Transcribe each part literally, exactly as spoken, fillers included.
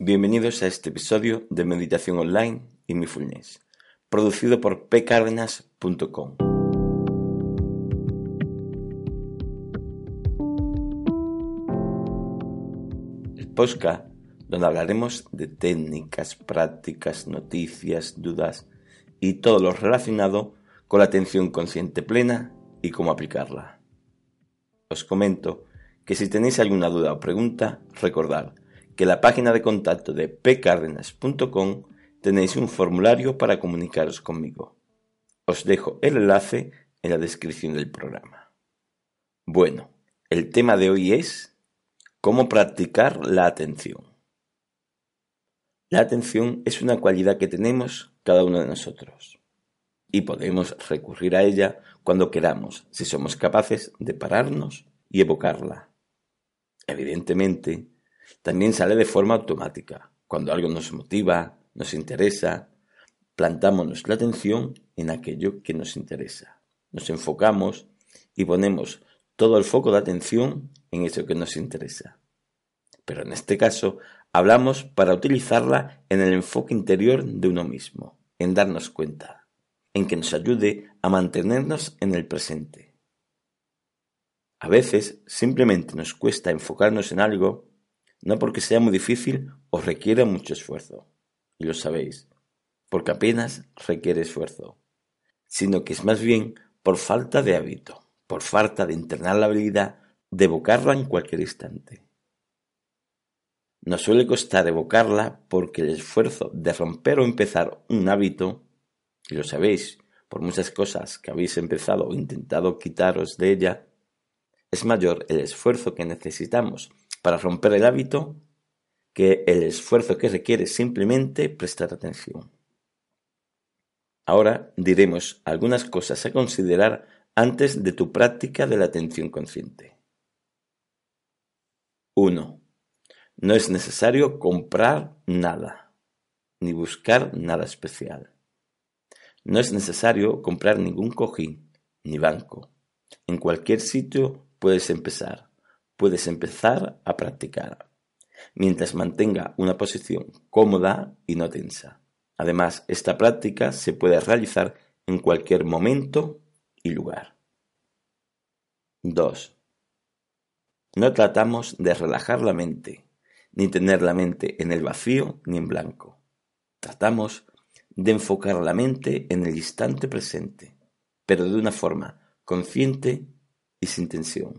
Bienvenidos a este episodio de Meditación Online y Mindfulness, producido por pe cárdenas punto com. El podcast donde hablaremos de técnicas, prácticas, noticias, dudas y todo lo relacionado con la atención consciente plena y cómo aplicarla. Os comento que si tenéis alguna duda o pregunta, recordad que en la página de contacto de pe cárdenas punto com tenéis un formulario para comunicaros conmigo. Os dejo el enlace en la descripción del programa. Bueno, el tema de hoy es cómo practicar la atención. La atención es una cualidad que tenemos cada uno de nosotros y podemos recurrir a ella cuando queramos, si somos capaces de pararnos y evocarla. Evidentemente, también sale de forma automática. Cuando algo nos motiva, nos interesa, plantamos nuestra atención en aquello que nos interesa. Nos enfocamos y ponemos todo el foco de atención en eso que nos interesa. Pero en este caso, hablamos para utilizarla en el enfoque interior de uno mismo, en darnos cuenta, en que nos ayude a mantenernos en el presente. A veces simplemente nos cuesta enfocarnos en algo, no porque sea muy difícil o requiera mucho esfuerzo, y lo sabéis, porque apenas requiere esfuerzo, sino que es más bien por falta de hábito, por falta de entrenar la habilidad de evocarla en cualquier instante. Nos suele costar evocarla porque el esfuerzo de romper o empezar un hábito, y lo sabéis, por muchas cosas que habéis empezado o intentado quitaros de ella, es mayor el esfuerzo que necesitamos para romper el hábito que el esfuerzo que requiere simplemente prestar atención. Ahora diremos algunas cosas a considerar antes de tu práctica de la atención consciente. uno. No es necesario comprar nada, ni buscar nada especial. No es necesario comprar ningún cojín, ni banco. En cualquier sitio puedes empezar. Puedes empezar a practicar, mientras mantenga una posición cómoda y no tensa. Además, esta práctica se puede realizar en cualquier momento y lugar. dos. No tratamos de relajar la mente, ni tener la mente en el vacío ni en blanco. Tratamos de enfocar la mente en el instante presente, pero de una forma consciente y sin tensión.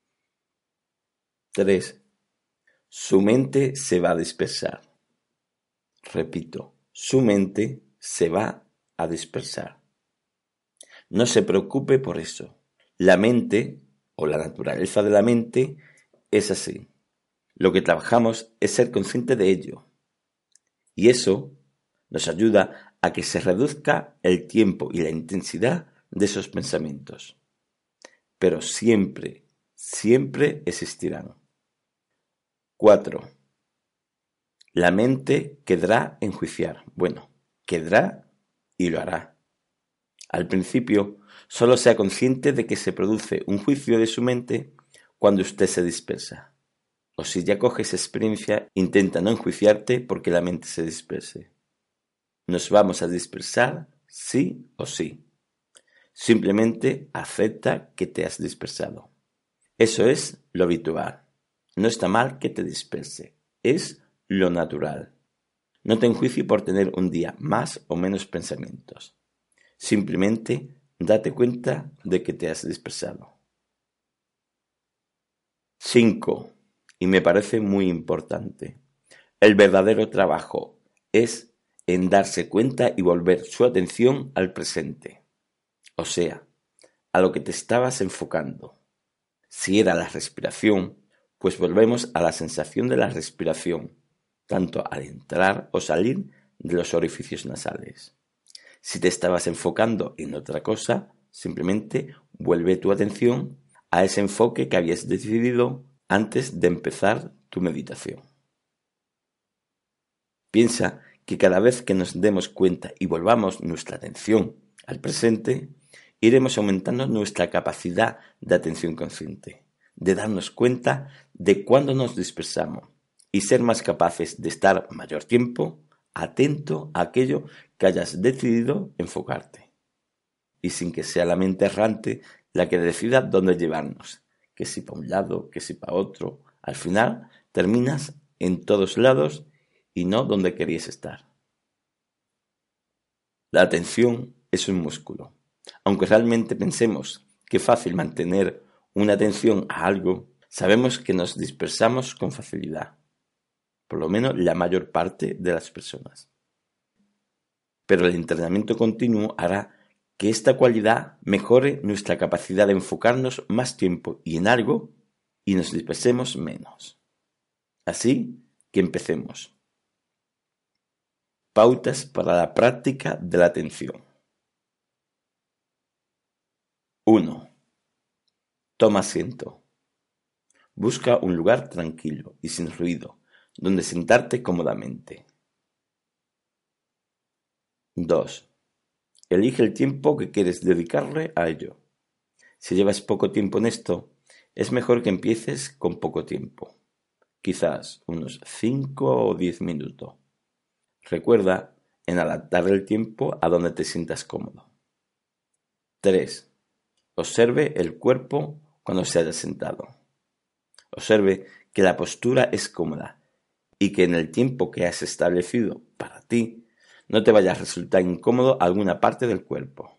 tres. Su mente se va a dispersar. Repito, su mente se va a dispersar. No se preocupe por eso. La mente, o la naturaleza de la mente, es así. Lo que trabajamos es ser consciente de ello. Y eso nos ayuda a que se reduzca el tiempo y la intensidad de esos pensamientos. Pero siempre, siempre existirán. cuatro. La mente querrá enjuiciar. Bueno, querrá y lo hará. Al principio, solo sea consciente de que se produce un juicio de su mente cuando usted se dispersa. O si ya coges experiencia, intenta no enjuiciarte porque la mente se disperse. Nos vamos a dispersar sí o sí. Simplemente acepta que te has dispersado. Eso es lo habitual. No está mal que te disperse. Es lo natural. No te enjuicies por tener un día más o menos pensamientos. Simplemente date cuenta de que te has dispersado. cinco. Y me parece muy importante. El verdadero trabajo es en darse cuenta y volver su atención al presente. O sea, a lo que te estabas enfocando. Si era la respiración, pues volvemos a la sensación de la respiración, tanto al entrar o salir de los orificios nasales. Si te estabas enfocando en otra cosa, simplemente vuelve tu atención a ese enfoque que habías decidido antes de empezar tu meditación. Piensa que cada vez que nos demos cuenta y volvamos nuestra atención al presente, iremos aumentando nuestra capacidad de atención consciente, de darnos cuenta de cuándo nos dispersamos y ser más capaces de estar mayor tiempo atento a aquello que hayas decidido enfocarte. Y sin que sea la mente errante la que decida dónde llevarnos, que si para un lado, que si para otro. Al final terminas en todos lados y no donde querías estar. La atención es un músculo. Aunque realmente pensemos que es fácil mantener una atención a algo, sabemos que nos dispersamos con facilidad, por lo menos la mayor parte de las personas. Pero el entrenamiento continuo hará que esta cualidad mejore nuestra capacidad de enfocarnos más tiempo y en algo y nos dispersemos menos. Así que empecemos. Pautas para la práctica de la atención. uno. Toma asiento. Busca un lugar tranquilo y sin ruido, donde sentarte cómodamente. dos. Elige el tiempo que quieres dedicarle a ello. Si llevas poco tiempo en esto, es mejor que empieces con poco tiempo, quizás unos cinco o diez minutos. Recuerda en adaptar el tiempo a donde te sientas cómodo. tres. Observe el cuerpo cuando se haya sentado. Observe que la postura es cómoda y que en el tiempo que has establecido para ti no te vaya a resultar incómodo alguna parte del cuerpo.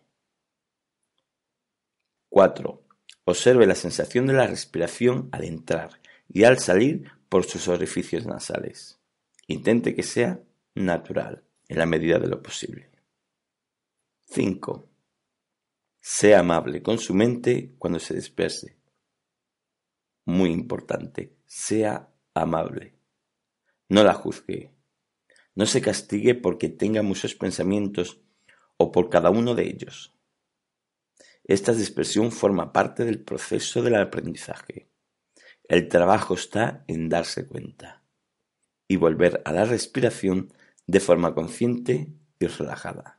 cuatro. Observe la sensación de la respiración al entrar y al salir por sus orificios nasales. Intente que sea natural en la medida de lo posible. cinco. Sea amable con su mente cuando se disperse. Muy importante, sea amable. No la juzgue. No se castigue porque tenga muchos pensamientos o por cada uno de ellos. Esta dispersión forma parte del proceso del aprendizaje. El trabajo está en darse cuenta y volver a la respiración de forma consciente y relajada.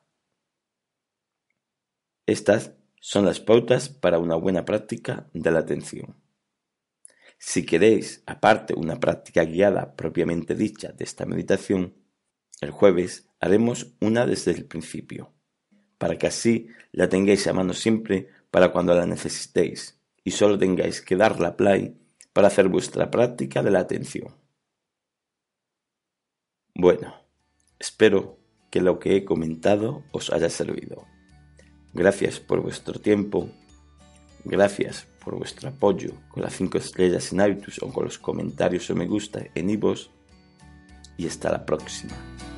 Estas son las pautas para una buena práctica de la atención. Si queréis, aparte, una práctica guiada propiamente dicha de esta meditación, el jueves haremos una desde el principio, para que así la tengáis a mano siempre para cuando la necesitéis y solo tengáis que darle a play para hacer vuestra práctica de la atención. Bueno, espero que lo que he comentado os haya servido. Gracias por vuestro tiempo, gracias por vuestro apoyo con las cinco estrellas en iTunes o con los comentarios o me gusta en iVoox y hasta la próxima.